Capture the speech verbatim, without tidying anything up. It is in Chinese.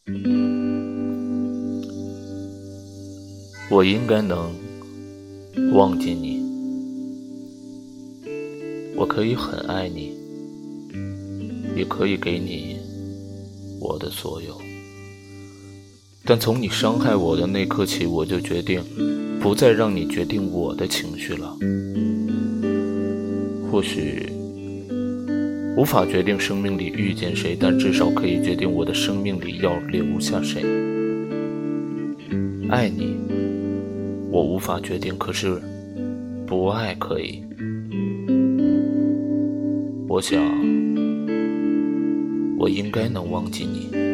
我应该能忘记你，我可以很爱你，也可以给你我的所有，但从你伤害我的那刻起，我就决定不再让你决定我的情绪了。或许无法决定生命里遇见谁，但至少可以决定我的生命里要留下谁。爱你我无法决定，可是不爱可以。我想我应该能忘记你。